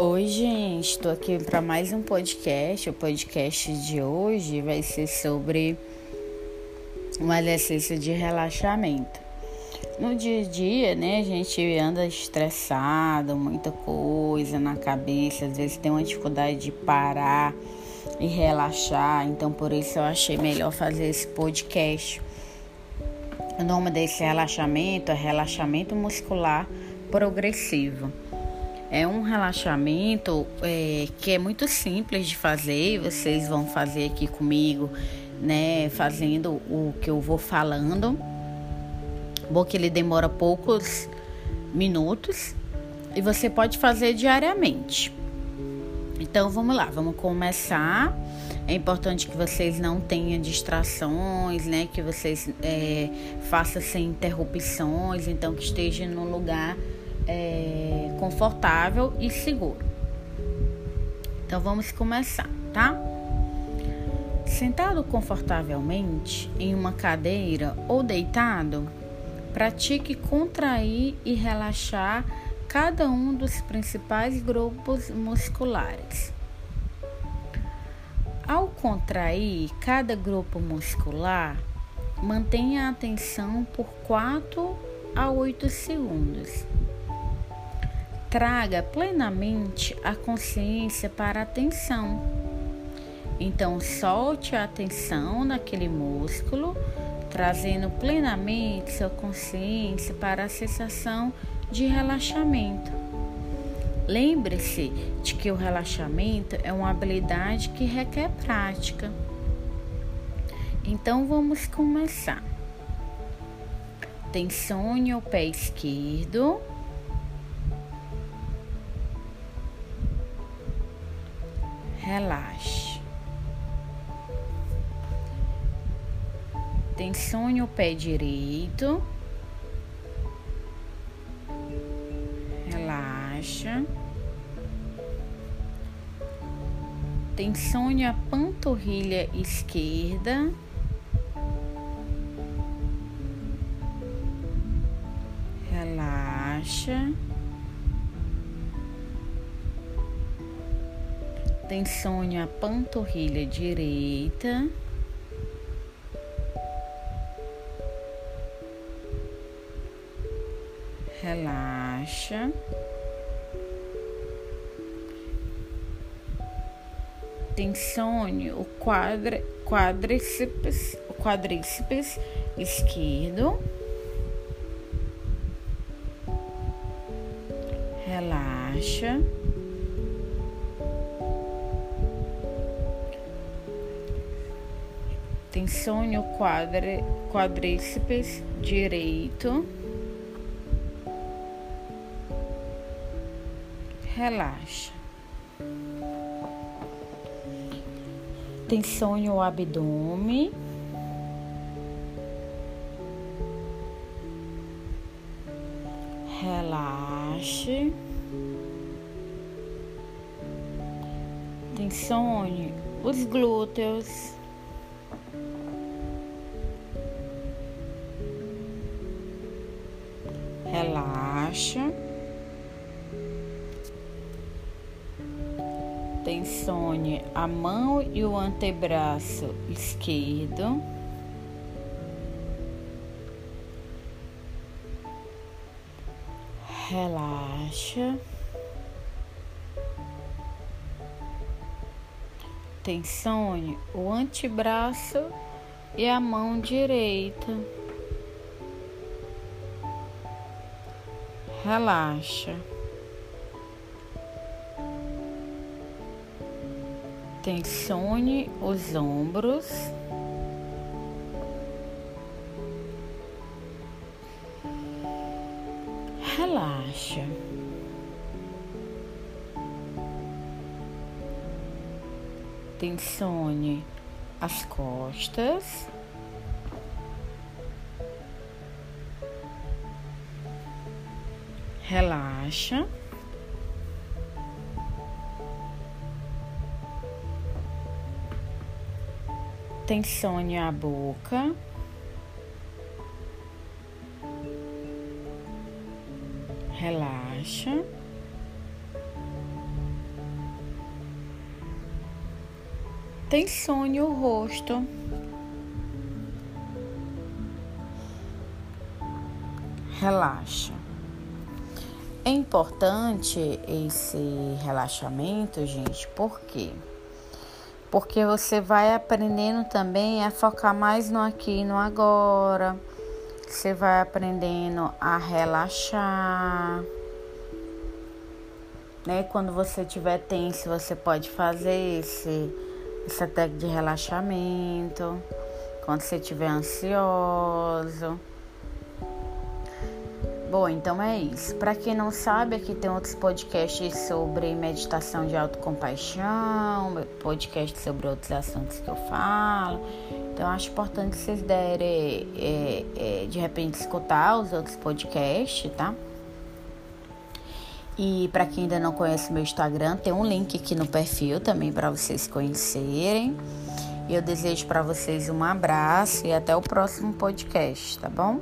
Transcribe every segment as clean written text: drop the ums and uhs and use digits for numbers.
Oi, gente, estou aqui para mais um podcast. O podcast de hoje vai ser sobre um exercício de relaxamento. No dia a dia, né, a gente anda estressado, muita coisa na cabeça, às vezes tem uma dificuldade de parar e relaxar, então por isso eu achei melhor fazer esse podcast. O nome desse relaxamento é relaxamento muscular progressivo. É um relaxamento que é muito simples de fazer, vocês vão fazer aqui comigo, né, fazendo o que eu vou falando. Bom que ele demora poucos minutos e você pode fazer diariamente. Então vamos lá, vamos começar. É importante que vocês não tenham distrações, né, que vocês façam sem interrupções, então que esteja num lugar confortável e seguro. Então vamos começar, tá? Sentado confortavelmente em uma cadeira ou deitado, pratique contrair e relaxar cada um dos principais grupos musculares. Ao contrair cada grupo muscular, mantenha a atenção por 4 a 8 segundos. Traga plenamente a consciência para a tensão. Então, solte a atenção naquele músculo, trazendo plenamente sua consciência para a sensação de relaxamento. Lembre-se de que o relaxamento é uma habilidade que requer prática. Então, vamos começar. Tensione o pé esquerdo. Relaxe. Tensione o pé direito. Relaxa. Tensione a panturrilha esquerda. Relaxa. Tensione a panturrilha direita. Relaxa. Tensione o quadríceps esquerdo. Relaxa. Tensione o quadríceps direito. Relaxa. Tensione o abdômen. Relaxe. Tensione os glúteos. Relaxa. Tensione a mão e o antebraço esquerdo. Relaxa. Tensione o antebraço e a mão direita. Relaxa. Tensione os ombros. Relaxa. Tensione as costas. Relaxa. Tensione a boca. Relaxa. Tensione o rosto. Relaxa. É importante esse relaxamento, gente, por quê? Porque você vai aprendendo também a focar mais no aqui e no agora. Você vai aprendendo a relaxar, né? Quando você estiver tenso, você pode fazer essa técnica de relaxamento. Quando você estiver ansioso. Bom, então é isso. Para quem não sabe, aqui tem outros podcasts sobre meditação de autocompaixão, podcast sobre outros assuntos que eu falo. Então, acho importante vocês derem, de repente, escutar os outros podcasts, tá? E para quem ainda não conhece meu Instagram, tem um link aqui no perfil também para vocês conhecerem. Eu desejo para vocês um abraço e até o próximo podcast, tá bom?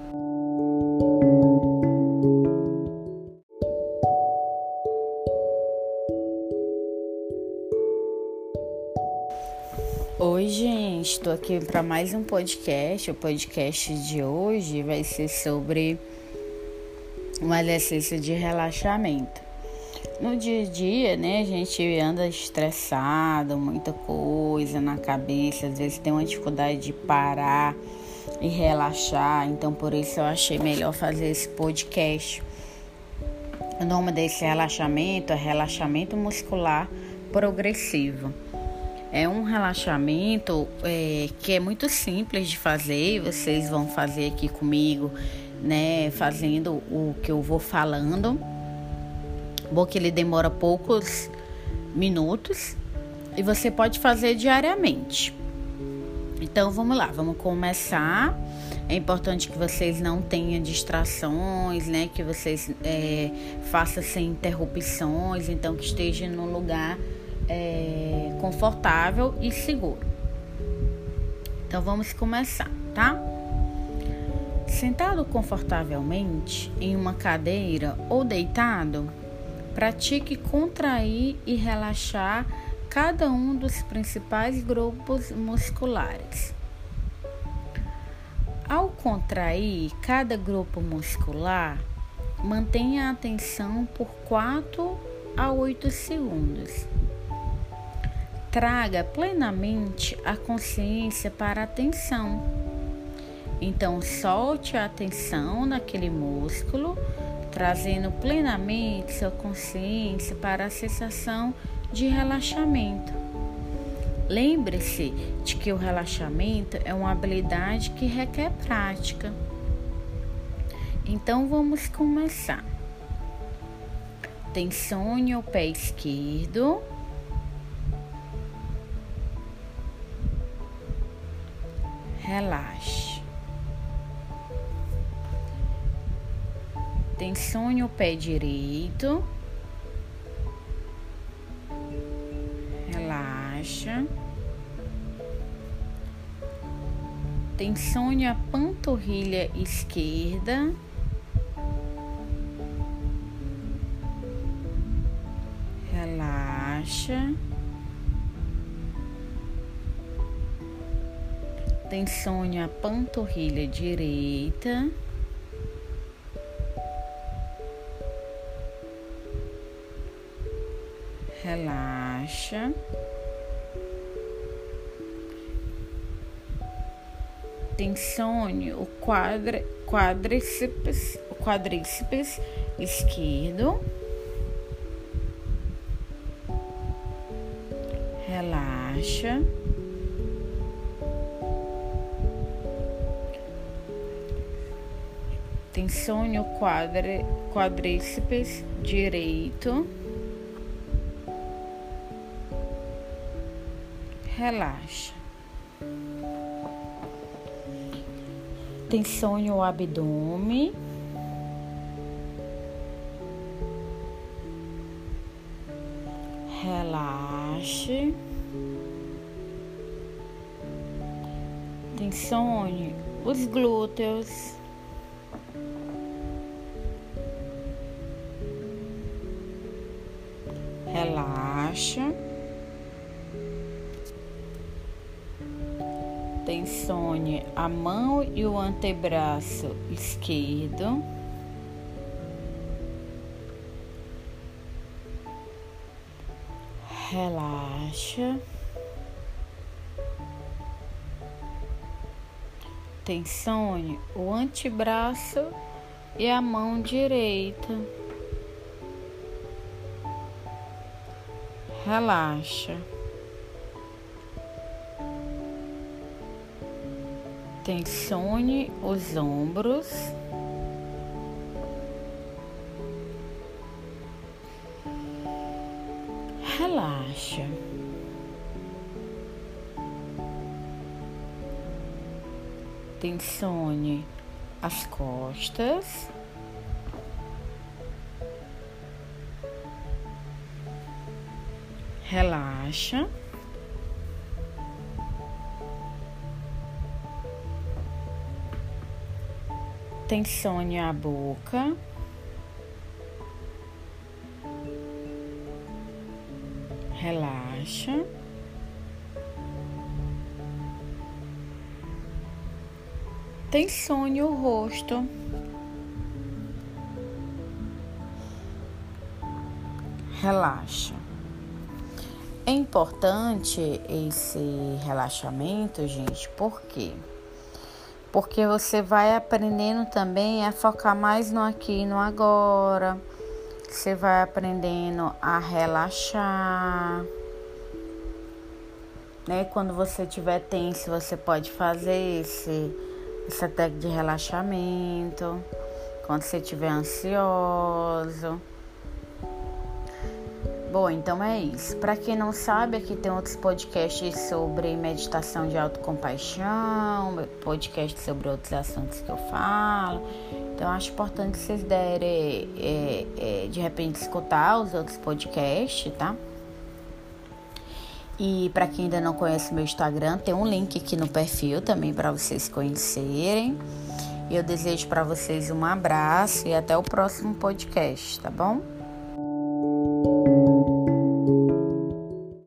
Oi, gente, estou aqui para mais um podcast. O podcast de hoje vai ser sobre um exercício de relaxamento. No dia a dia, né, a gente anda estressado, muita coisa na cabeça, às vezes tem uma dificuldade de parar e relaxar, então por isso eu achei melhor fazer esse podcast. O nome desse relaxamento é relaxamento muscular progressivo. É um relaxamento que é muito simples de fazer, vocês vão fazer aqui comigo, né, fazendo o que eu vou falando. Bom que ele demora poucos minutos e você pode fazer diariamente. Então vamos lá, vamos começar. É importante que vocês não tenham distrações, né, que vocês façam sem interrupções, então que esteja num lugar confortável e seguro. Então vamos começar, tá? Sentado confortavelmente em uma cadeira ou deitado, pratique contrair e relaxar cada um dos principais grupos musculares. Ao contrair cada grupo muscular, mantenha a atenção por 4 a 8 segundos. Traga plenamente a consciência para a tensão. Então, solte a atenção naquele músculo, trazendo plenamente sua consciência para a sensação de relaxamento. Lembre-se de que o relaxamento é uma habilidade que requer prática. Então, vamos começar. Tensione o pé esquerdo. Relaxe. Tensione o pé direito. Relaxa. Tensione a panturrilha esquerda. Relaxa. Tensione a panturrilha direita. Relaxa. Tensione o quadríceps esquerdo. Relaxa. Tensione o quadríceps direito. Relaxa. Tensione o abdômen. Relaxe. Tensione os glúteos. Relaxa. Tensione a mão e o antebraço esquerdo. Relaxa. Tensione o antebraço e a mão direita. Relaxa. Tensione os ombros. Relaxa. Tensione as costas. Relaxa. Tensione a boca. Relaxa. Tensione o rosto. Relaxa. É importante esse relaxamento, gente, por quê? Porque você vai aprendendo também a focar mais no aqui e no agora. Você vai aprendendo a relaxar, né? Quando você estiver tenso, você pode fazer essa técnica de relaxamento. Quando você estiver ansioso. Bom, então é isso. Para quem não sabe, aqui tem outros podcasts sobre meditação de autocompaixão, podcast sobre outros assuntos que eu falo. Então, acho importante vocês derem, de repente, escutar os outros podcasts, tá? E para quem ainda não conhece meu Instagram, tem um link aqui no perfil também para vocês conhecerem. E eu desejo para vocês um abraço e até o próximo podcast, tá bom?